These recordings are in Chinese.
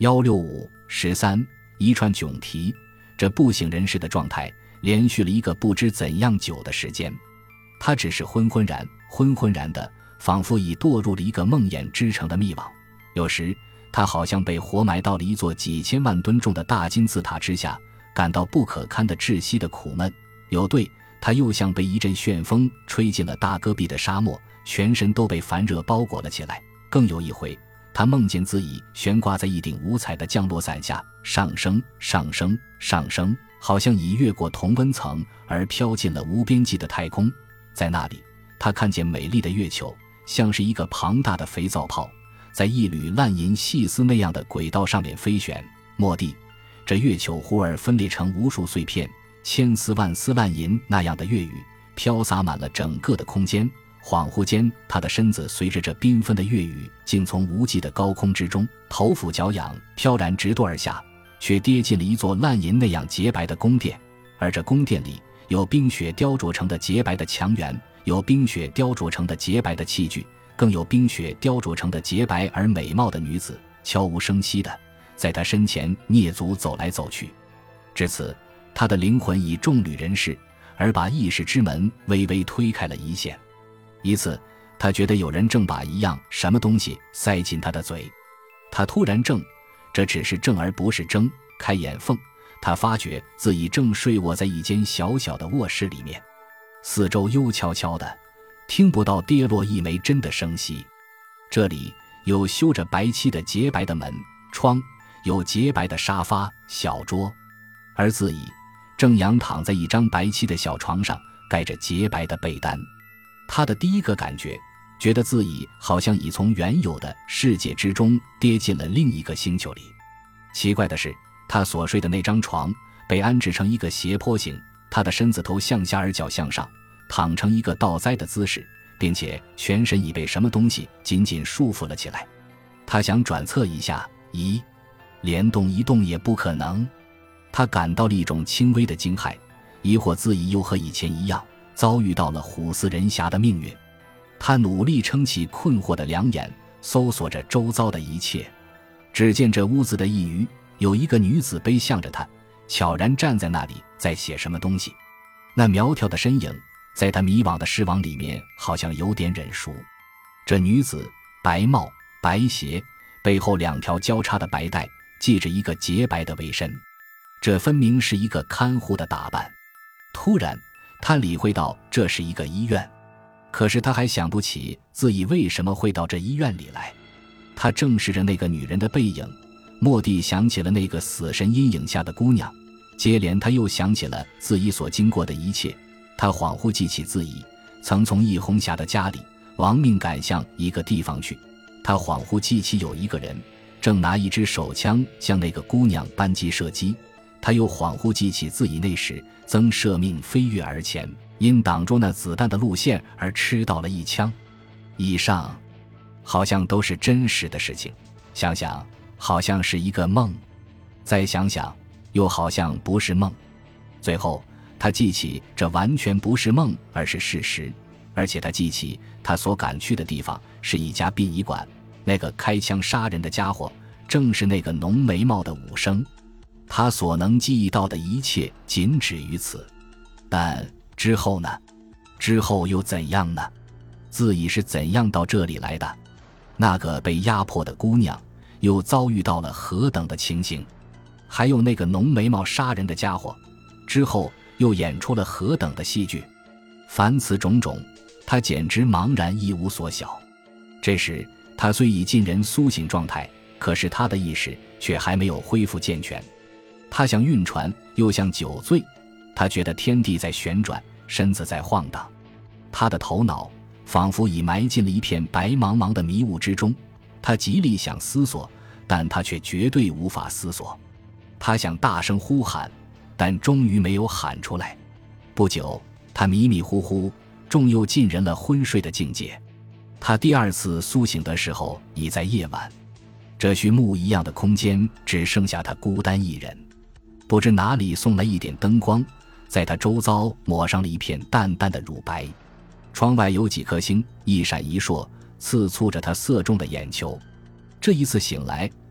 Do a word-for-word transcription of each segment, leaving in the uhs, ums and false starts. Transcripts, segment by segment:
一六五十三一串窘题，这不省人事的状态连续了一个不知怎样久的时间。他只是昏昏然昏昏然的，仿佛已堕入了一个梦魇织成的密网。有时他好像被活埋到了一座几千万吨重的大金字塔之下，感到不可堪的窒息的苦闷。有对，他又像被一阵旋风吹进了大戈壁的沙漠，全身都被烦热包裹了起来。更有一回，他梦见自己悬挂在一顶五彩的降落伞下，上升上升上升，好像已越过同温层而飘进了无边际的太空。在那里，他看见美丽的月球，像是一个庞大的肥皂泡，在一缕烂银细丝那样的轨道上面飞旋。蓦地，这月球忽而分裂成无数碎片，千丝万丝烂银那样的月雨飘洒满了整个的空间。恍惚间，他的身子随着这缤纷的月雨竟从无际的高空之中头俯脚仰，飘然直堕而下，却跌进了一座烂银那样洁白的宫殿。而这宫殿里有冰雪雕琢成的洁白的墙垣，有冰雪雕琢成的洁白的器具，更有冰雪雕琢成的洁白而美貌的女子，悄无声息地在他身前蹑足走来走去。至此，他的灵魂已众旅人世，而把意识之门微微推开了一线。一次，他觉得有人正把一样什么东西塞进他的嘴。他突然怔，这只是怔而不是睁开眼缝。他发觉自己正睡卧在一间小小的卧室里面，四周幽悄悄的，听不到跌落一枚针的声息。这里有修着白漆的洁白的门窗，有洁白的沙发小桌，而自己正仰躺在一张白漆的小床上，盖着洁白的被单。他的第一个感觉，觉得自己好像已从原有的世界之中跌进了另一个星球里。奇怪的是，他所睡的那张床被安置成一个斜坡形，他的身子头向下而脚向上，躺成一个倒栽的姿势，并且全身已被什么东西紧紧束缚了起来。他想转侧一下，咦，连动一动也不可能。他感到了一种轻微的惊骇，疑惑自己又和以前一样遭遇到了虎死人匣的命运。他努力撑起困惑的两眼，搜索着周遭的一切。只见这屋子的一隅有一个女子背向着他，悄然站在那里，在写什么东西。那苗条的身影在他迷惘的视网里面好像有点忍熟。这女子白帽白鞋，背后两条交叉的白带系着一个洁白的围身，这分明是一个看护的打扮。突然他理会到这是一个医院，可是他还想不起自己为什么会到这医院里来。他正视着那个女人的背影，蓦地想起了那个死神阴影下的姑娘，接连他又想起了自己所经过的一切。他恍惚记起自己曾从易红霞的家里亡命赶向一个地方去，他恍惚记起有一个人正拿一支手枪向那个姑娘扳机射击，他又恍惚记起自己那时曾舍命飞跃而前，因挡住那子弹的路线而吃到了一枪。以上好像都是真实的事情，想想好像是一个梦，再想想又好像不是梦。最后他记起这完全不是梦，而是事实。而且他记起他所赶去的地方是一家殡仪馆，那个开枪杀人的家伙正是那个浓眉毛的武生。他所能记忆到的一切仅止于此。但之后呢？之后又怎样呢？自己是怎样到这里来的？那个被压迫的姑娘又遭遇到了何等的情形？还有那个浓眉毛杀人的家伙之后又演出了何等的戏剧？凡此种种，他简直茫然一无所晓。这时他虽已进人苏醒状态，可是他的意识却还没有恢复健全。他像晕船，又像酒醉，他觉得天地在旋转，身子在晃荡。他的头脑仿佛已埋进了一片白茫茫的迷雾之中，他极力想思索，但他却绝对无法思索。他想大声呼喊，但终于没有喊出来。不久，他迷迷糊糊，终又进人了昏睡的境界。他第二次苏醒的时候已在夜晚，这虚幕一样的空间只剩下他孤单一人。不知哪里送来一点灯光，在他周遭抹上了一片淡淡的乳白。窗外有几颗星一闪一烁，刺促着他色中的眼球。这一次醒来，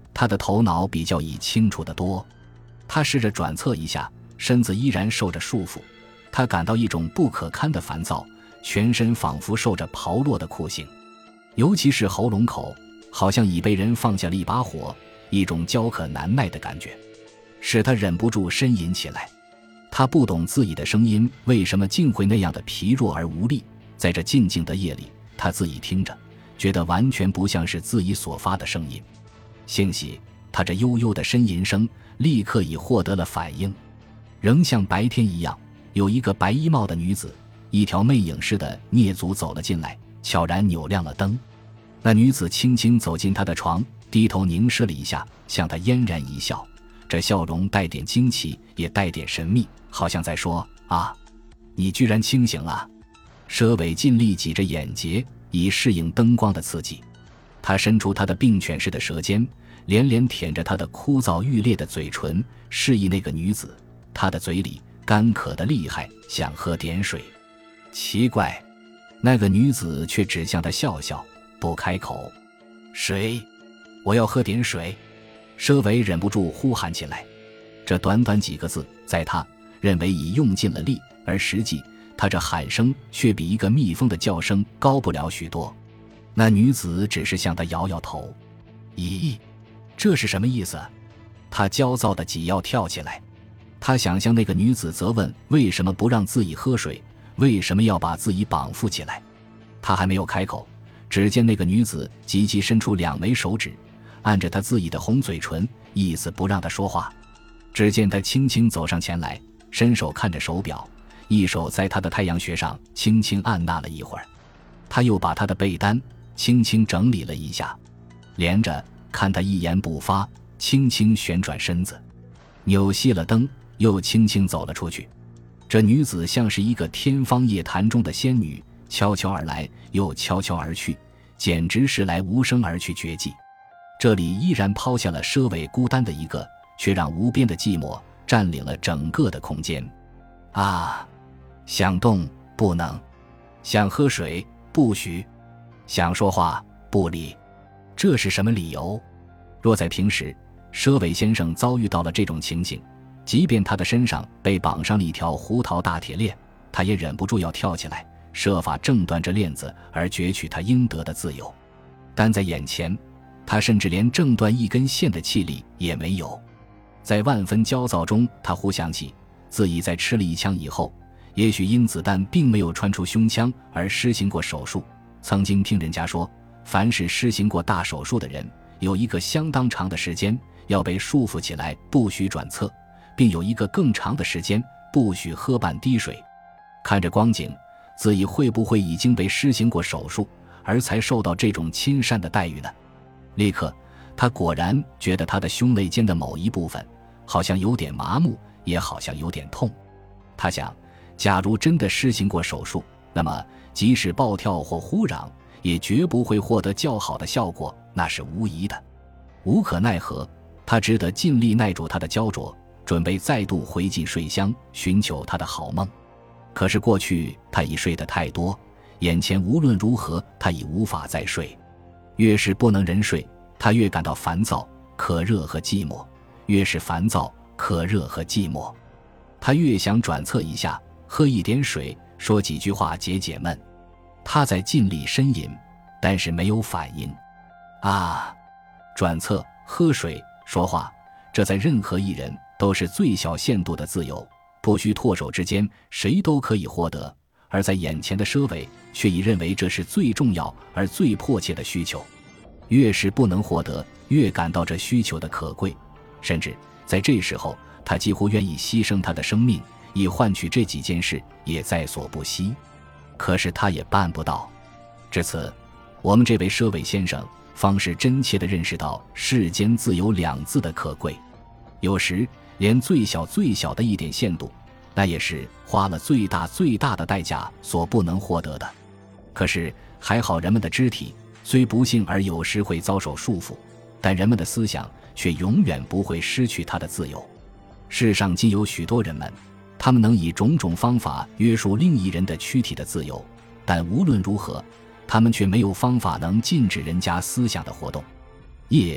他的头脑比较已清楚得多。他试着转侧一下，身子依然受着束缚，他感到一种不可堪的烦躁，全身仿佛受着刨落的酷刑，尤其是喉咙口，好像已被人放下了一把火，一种焦渴难耐的感觉，使他忍不住呻吟起来。他不懂自己的声音为什么竟会那样的疲弱而无力，在这静静的夜里，他自己听着，觉得完全不像是自己所发的声音。幸喜，他这悠悠的呻吟声立刻已获得了反应，仍像白天一样，有一个白衣帽的女子，一条魅影似的蹑足走了进来，悄然扭亮了灯。那女子轻轻走进他的床，低头凝视了一下，向他嫣然一笑，这笑容带点惊奇，也带点神秘，好像在说：啊，你居然清醒了。佘伟尽力挤着眼睫，以适应灯光的刺激。他伸出他的病犬似的舌尖，连连舔着她的枯燥欲裂的嘴唇，示意那个女子，她的嘴里干渴得厉害，想喝点水。奇怪，那个女子却只向他笑笑，不开口。水，我要喝点水。佘伟忍不住呼喊起来。这短短几个字，在他认为已用尽了力，而实际他这喊声却比一个蜜蜂的叫声高不了许多。那女子只是向他摇摇头。咦，这是什么意思？他焦躁地挤要跳起来。他想向那个女子责问为什么不让自己喝水，为什么要把自己绑缚起来。他还没有开口，只见那个女子急急伸出两枚手指，按着他自己的红嘴唇，意思不让他说话。只见他轻轻走上前来，伸手看着手表，一手在他的太阳穴上轻轻按捺了一会儿。他又把他的被单轻轻整理了一下，连着看他一言不发，轻轻旋转身子，扭熄了灯，又轻轻走了出去。这女子像是一个天方夜谭中的仙女，悄悄而来，又悄悄而去，简直是来无声而去绝迹。这里依然抛下了佘伟孤单的一个，却让无边的寂寞占领了整个的空间。啊，想动不能，想喝水不许，想说话不理，这是什么理由？若在平时，佘伟先生遭遇到了这种情形，即便他的身上被绑上了一条胡桃大铁链，他也忍不住要跳起来，设法挣断这链子而攫取他应得的自由。但在眼前，他甚至连挣断一根线的气力也没有。在万分焦躁中，他忽想起自己在吃了一枪以后，也许因子弹并没有穿出胸腔而施行过手术。曾经听人家说，凡是施行过大手术的人，有一个相当长的时间要被束缚起来，不许转侧，并有一个更长的时间不许喝半滴水。看着光景，自己会不会已经被施行过手术，而才受到这种亲善的待遇呢？立刻他果然觉得他的胸肋间的某一部分好像有点麻木，也好像有点痛。他想，假如真的施行过手术，那么即使暴跳或呼嚷，也绝不会获得较好的效果，那是无疑的。无可奈何，他只得尽力耐住他的焦灼，准备再度回进睡乡，寻求他的好梦。可是过去他已睡得太多，眼前无论如何他已无法再睡。越是不能人睡，他越感到烦躁、渴热和寂寞，越是烦躁、渴热和寂寞，他越想转侧一下，喝一点水，说几句话解解闷。他在尽力呻吟，但是没有反应。啊，转侧、喝水、说话，这在任何一人都是最小限度的自由，不需唾手之间，谁都可以获得。而在眼前的佘伟却已认为这是最重要而最迫切的需求。越是不能获得，越感到这需求的可贵，甚至在这时候，他几乎愿意牺牲他的生命，以换取这几件事，也在所不惜。可是他也办不到。至此，我们这位佘伟先生方是真切地认识到世间自由两字的可贵。有时连最小最小的一点限度，那也是花了最大最大的代价所不能获得的。可是还好，人们的肢体虽不幸而有时会遭受束缚，但人们的思想却永远不会失去他的自由。世上今有许多人们，他们能以种种方法约束另一人的躯体的自由，但无论如何，他们却没有方法能禁止人家思想的活动。夜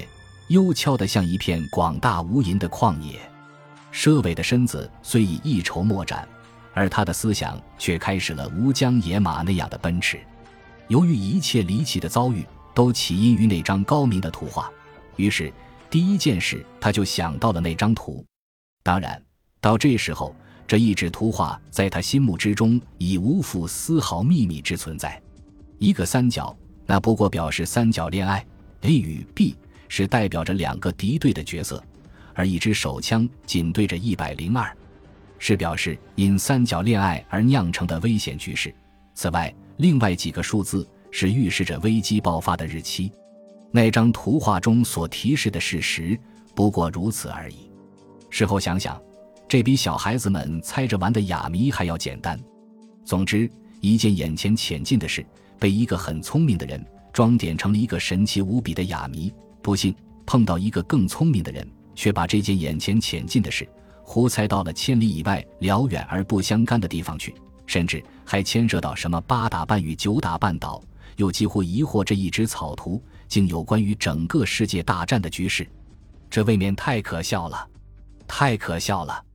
幽悄得像一片广大无垠的旷野。佘伟的身子虽已一筹莫展，而他的思想却开始了吴江野马那样的奔驰。由于一切离奇的遭遇都起因于那张高明的图画，于是第一件事他就想到了那张图。当然到这时候，这一纸图画在他心目之中已无负丝毫秘密之存在。一个三角，那不过表示三角恋爱， A 与 B 是代表着两个敌对的角色，而一支手枪仅对着一百零二，是表示因三角恋爱而酿成的危险局势。此外，另外几个数字是预示着危机爆发的日期。那张图画中所提示的事实不过如此而已。事后想想，这比小孩子们猜着玩的哑谜还要简单。总之，一件眼前浅近的事被一个很聪明的人装点成了一个神奇无比的哑谜。不幸碰到一个更聪明的人，却把这件眼前浅近的事胡猜到了千里以外辽远而不相干的地方去，甚至还牵涉到什么八打半与九打半岛，又几乎疑惑这一纸草图竟有关于整个世界大战的局势。这未免太可笑了，太可笑了。